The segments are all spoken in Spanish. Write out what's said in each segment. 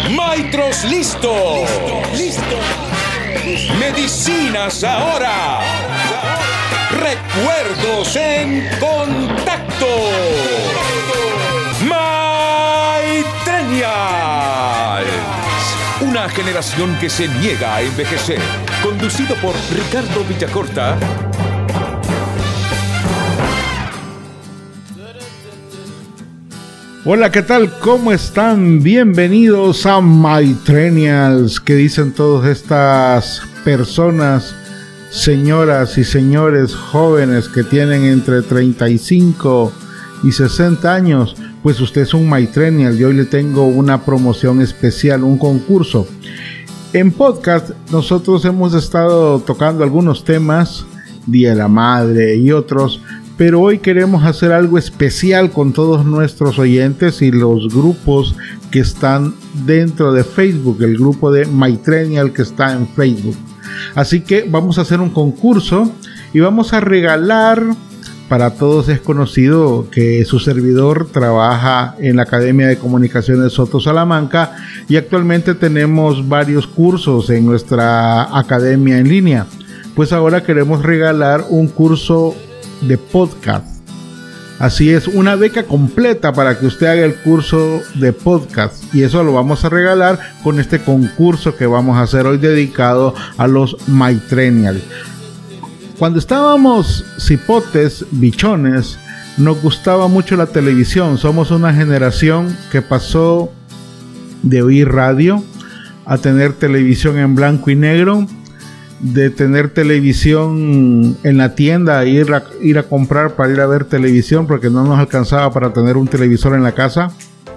Maestros listos. Medicinas ahora. Recuerdos en contacto. Maitreñas. Una generación que se niega a envejecer. Conducido por Ricardo Villacorta. Hola, ¿qué tal? ¿Cómo están? Bienvenidos a Maitreñas. ¿Qué dicen todas estas personas, señoras y señores jóvenes que tienen entre 35 y 60 años? Pues usted es un Maitreñal y hoy le tengo una promoción especial, un concurso. En podcast nosotros hemos estado tocando algunos temas, Día de la Madre y otros, pero hoy queremos hacer algo especial con todos nuestros oyentes y los grupos que están dentro de Facebook, el grupo de Maitreñal que está en Facebook. Así que vamos a hacer un concurso y vamos a regalar, para todos es conocido que su servidor trabaja en la Academia de Comunicaciones Soto Salamanca y actualmente tenemos varios cursos en nuestra academia en línea. Pues ahora queremos regalar un curso de podcast. Así es, una beca completa para que usted haga el curso de podcast, y eso lo vamos a regalar con este concurso que vamos a hacer hoy dedicado a los Maitreñal. Cuando estábamos cipotes, bichones, nos gustaba mucho la televisión. Somos una generación que pasó de oír radio a tener televisión en blanco y negro, de tener televisión en la tienda, ir a comprar para ir a ver televisión porque no nos alcanzaba para tener un televisor en la casa,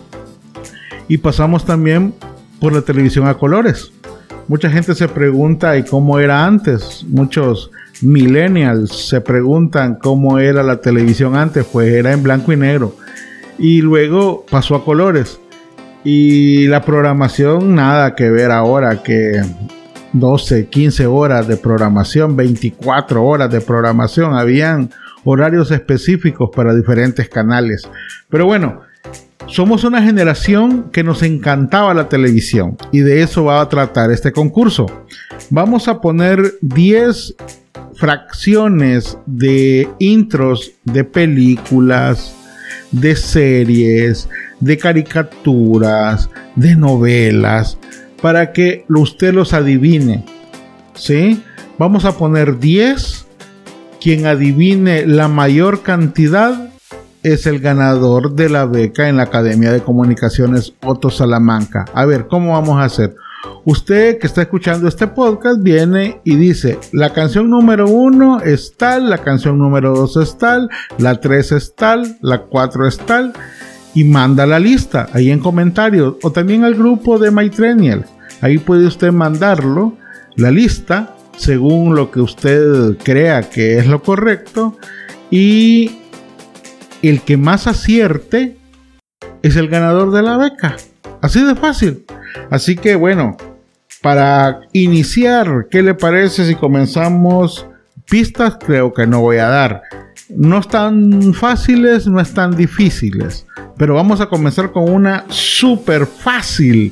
y pasamos también por la televisión a colores. Mucha gente se pregunta ¿y cómo era antes? Muchos millennials se preguntan cómo era la televisión antes. Pues era en blanco y negro y luego pasó a colores, y la programación nada que ver ahora, que 12, 15 horas de programación, 24 horas de programación. Habían horarios específicos para diferentes canales. Pero bueno, somos una generación que nos encantaba la televisión y de eso va a tratar este concurso. Vamos a poner 10 fracciones de intros de películas, de series, de caricaturas, de novelas, para que usted los adivine, ¿sí? Vamos a poner 10. Quien adivine la mayor cantidad es el ganador de la beca en la Academia de Comunicaciones Soto Salamanca. A ver, ¿cómo vamos a hacer? Usted que está escuchando este podcast viene y dice: la canción número 1 es tal, la canción número 2 es tal, la 3 es tal, la 4 es tal, y manda la lista ahí en comentarios, o también al grupo de Maitreñal. Ahí puede usted mandarlo, la lista, según lo que usted crea que es lo correcto, y el que más acierte es el ganador de la beca. Así de fácil. Así que bueno, para iniciar, ¿qué le parece si comenzamos? Pistas creo que no voy a dar. No están fáciles, no están difíciles, pero vamos a comenzar con una súper fácil.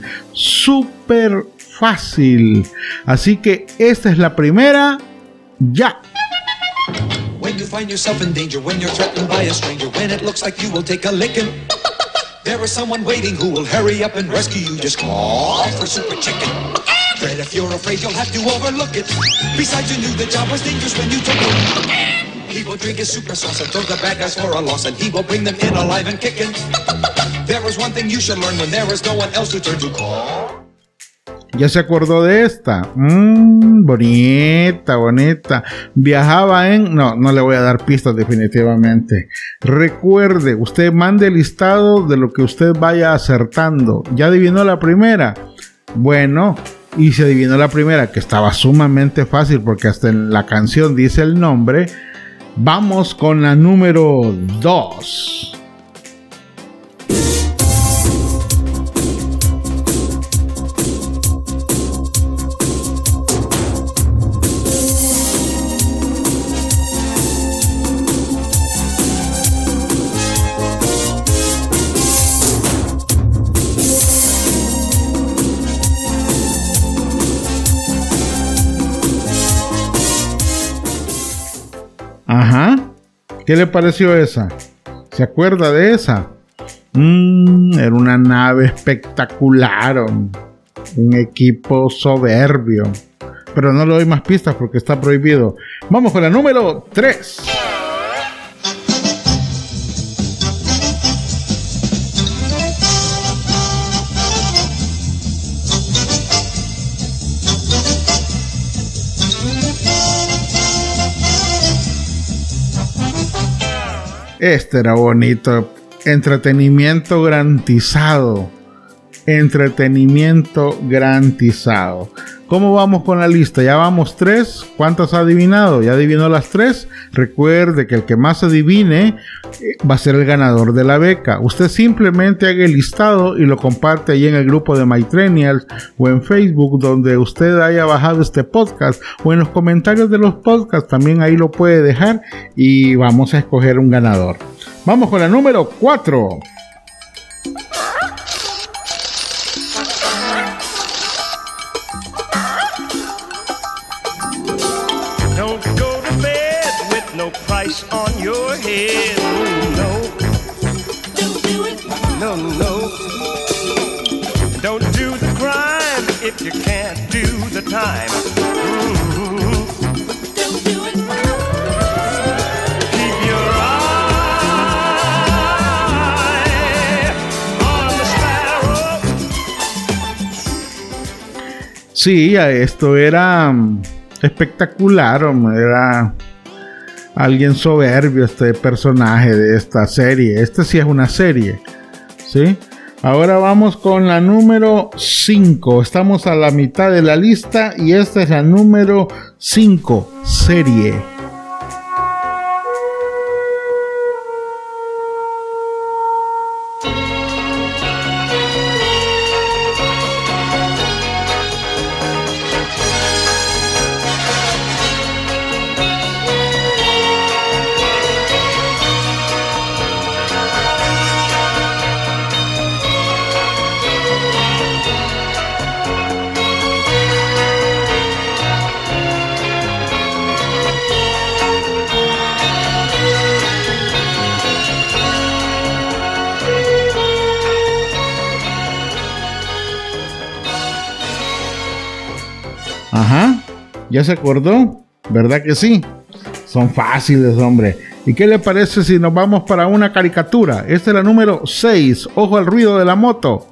Así que esta es la primera, ya. When you find yourself in danger, when you're threatened by a stranger, when it looks like you will take a licking, there is someone waiting who will hurry up and rescue you. Just call for Super Chicken. Fred, if you're afraid, you'll have to overlook it. Besides, you knew the job was dangerous when you took it. He will drink his super sauce and throw the bad guys for a loss, and he will bring them in alive and kicking. There is one thing you should learn when there is no one else to turn to. Call. ¿Ya se acordó de esta? Bonita. Viajaba en... No le voy a dar pistas definitivamente. Recuerde, usted mande el listado de lo que usted vaya acertando. ¿Ya adivinó la primera? Bueno, y si adivinó la primera, que estaba sumamente fácil porque hasta en la canción dice el nombre, vamos con la número 2. ¿Qué le pareció esa? ¿Se acuerda de esa? Era una nave espectacular, un equipo soberbio. Pero no le doy más pistas porque está prohibido. Vamos con la número 3. Este era bonito. Entretenimiento garantizado. Entretenimiento garantizado. ¿Cómo vamos con la lista? Ya vamos 3. ¿Cuántas ha adivinado? ¿Ya adivinó las 3? Recuerde que el que más adivine va a ser el ganador de la beca. Usted simplemente haga el listado y lo comparte ahí en el grupo de MyTrenials o en Facebook donde usted haya bajado este podcast, o en los comentarios de los podcasts también ahí lo puede dejar y vamos a escoger un ganador. Vamos con la número 4. On your head, no. Don't do it. No, no. Don't do the crime if you can't do the time. Mm-hmm. Don't do it. Keep your eye on the sparrow. Sí, esto era espectacular, era alguien soberbio este personaje de esta serie. Este sí es una serie, ¿sí? Ahora vamos con la número 5. Estamos a la mitad de la lista y esta es la número 5, serie. Ajá, ¿ya se acordó? ¿Verdad que sí? Son fáciles, hombre. ¿Y qué le parece si nos vamos para una caricatura? Esta es la número 6. Ojo al ruido de la moto.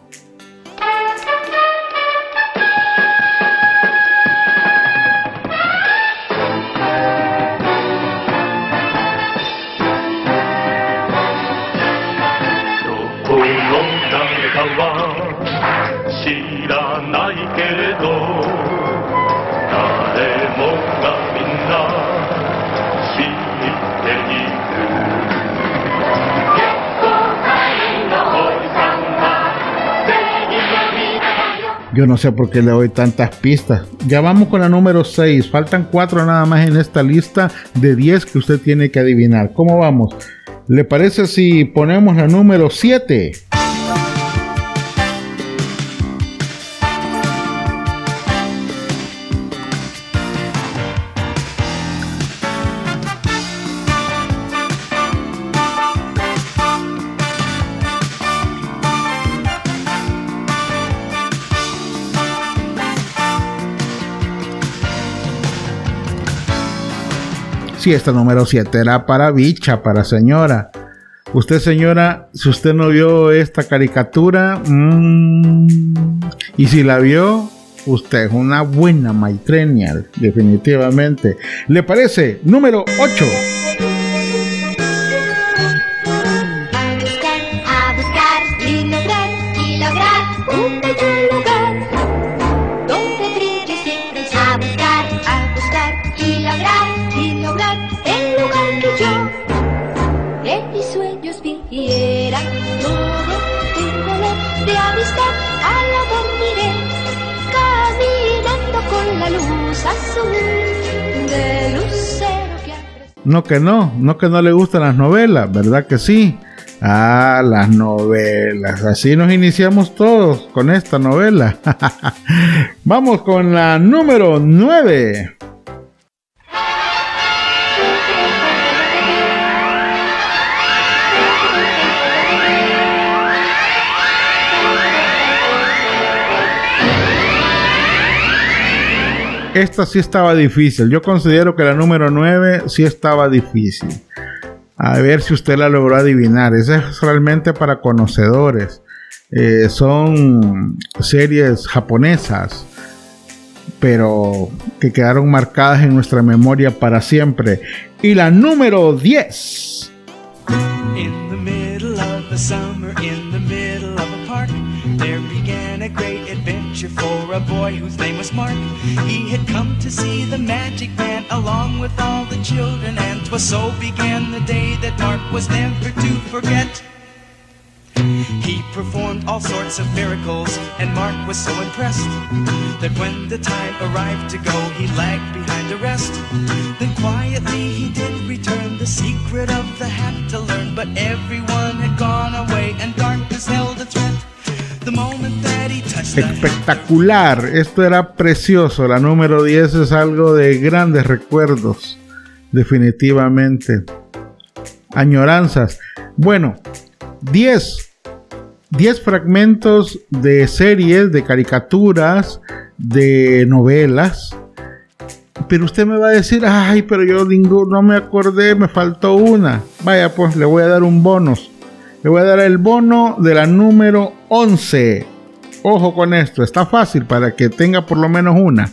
Yo no sé por qué le doy tantas pistas. Ya vamos con la número 6. Faltan 4 nada más en esta lista de 10 que usted tiene que adivinar. ¿Cómo vamos? ¿Le parece si ponemos la número 7? Sí, esta número 7 era para bicha, para señora. Usted, señora, si usted no vio esta caricatura, y si la vio, usted es una buena MyTrenial, definitivamente. ¿Le parece? Número 8. A buscar y lograr un bello lugar donde brille siempre el sol. A buscar y lograr el lugar que yo en mis sueños viviera. Todo tengo de amistad, al lado miré, caminando con la luz azul de lucero que No que no le gustan las novelas, ¿verdad que sí? Ah, las novelas. Así nos iniciamos todos con esta novela. Vamos con la número 9. esta sí estaba difícil. Yo considero que la número 9 sí estaba difícil. A ver si usted la logró adivinar. Esa es realmente para conocedores. Son series japonesas, pero que quedaron marcadas en nuestra memoria para siempre. Y la número 10. In the middle of the summer, in the middle of a park, there began a great adventure for a boy whose name was Mark. He had come to see the magic man along with all the children, and 'twas so began the day that Mark was never to forget. He performed all sorts of miracles, and Mark was so impressed that when the time arrived to go, he lagged behind the rest. Then quietly he did return the secret of the hat to learn, but everyone had gone away, and darkness held its breath. The moment that he touched the Espectacular, esto era precioso. La número 10 es algo de grandes recuerdos, definitivamente. Añoranzas. Bueno, 10 fragmentos de series, de caricaturas, de novelas. Pero usted me va a decir, ay, pero yo no me acordé, me faltó una. Vaya, pues le voy a dar un bonus. Le voy a dar el bono de la número 11. Ojo con esto, está fácil para que tenga por lo menos una.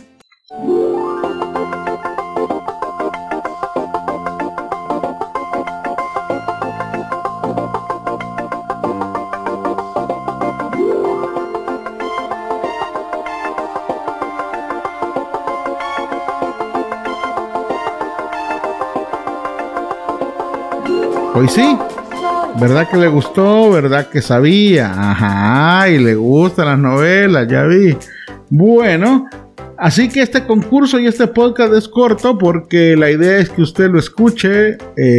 Hoy sí, ¿verdad que le gustó? ¿Verdad que sabía? Ajá, y le gustan las novelas, ya vi. Bueno, así que este concurso y este podcast es corto porque la idea es que usted lo escuche,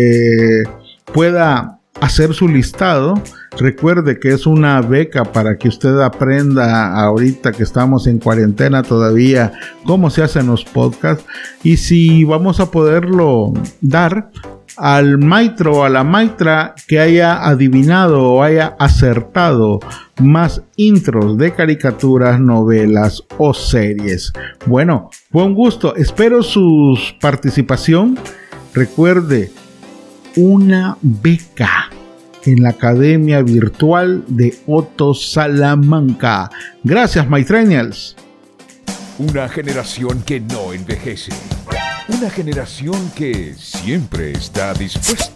pueda hacer su listado. Recuerde que es una beca para que usted aprenda ahorita que estamos en cuarentena todavía cómo se hacen los podcasts y si vamos a poderlo dar al maestro o a la maestra que haya adivinado o haya acertado más intros de caricaturas, novelas o series. Bueno, fue un gusto, espero su participación. Recuerde, una beca en la Academia Virtual de Otto Salamanca. Gracias, MyTrenials. Una generación que no envejece. Una generación que siempre está dispuesta.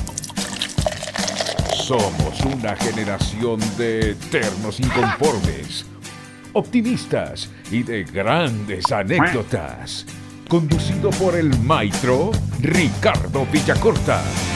Somos una generación de eternos inconformes, optimistas y de grandes anécdotas. Conducido por el maestro Ricardo Villacorta.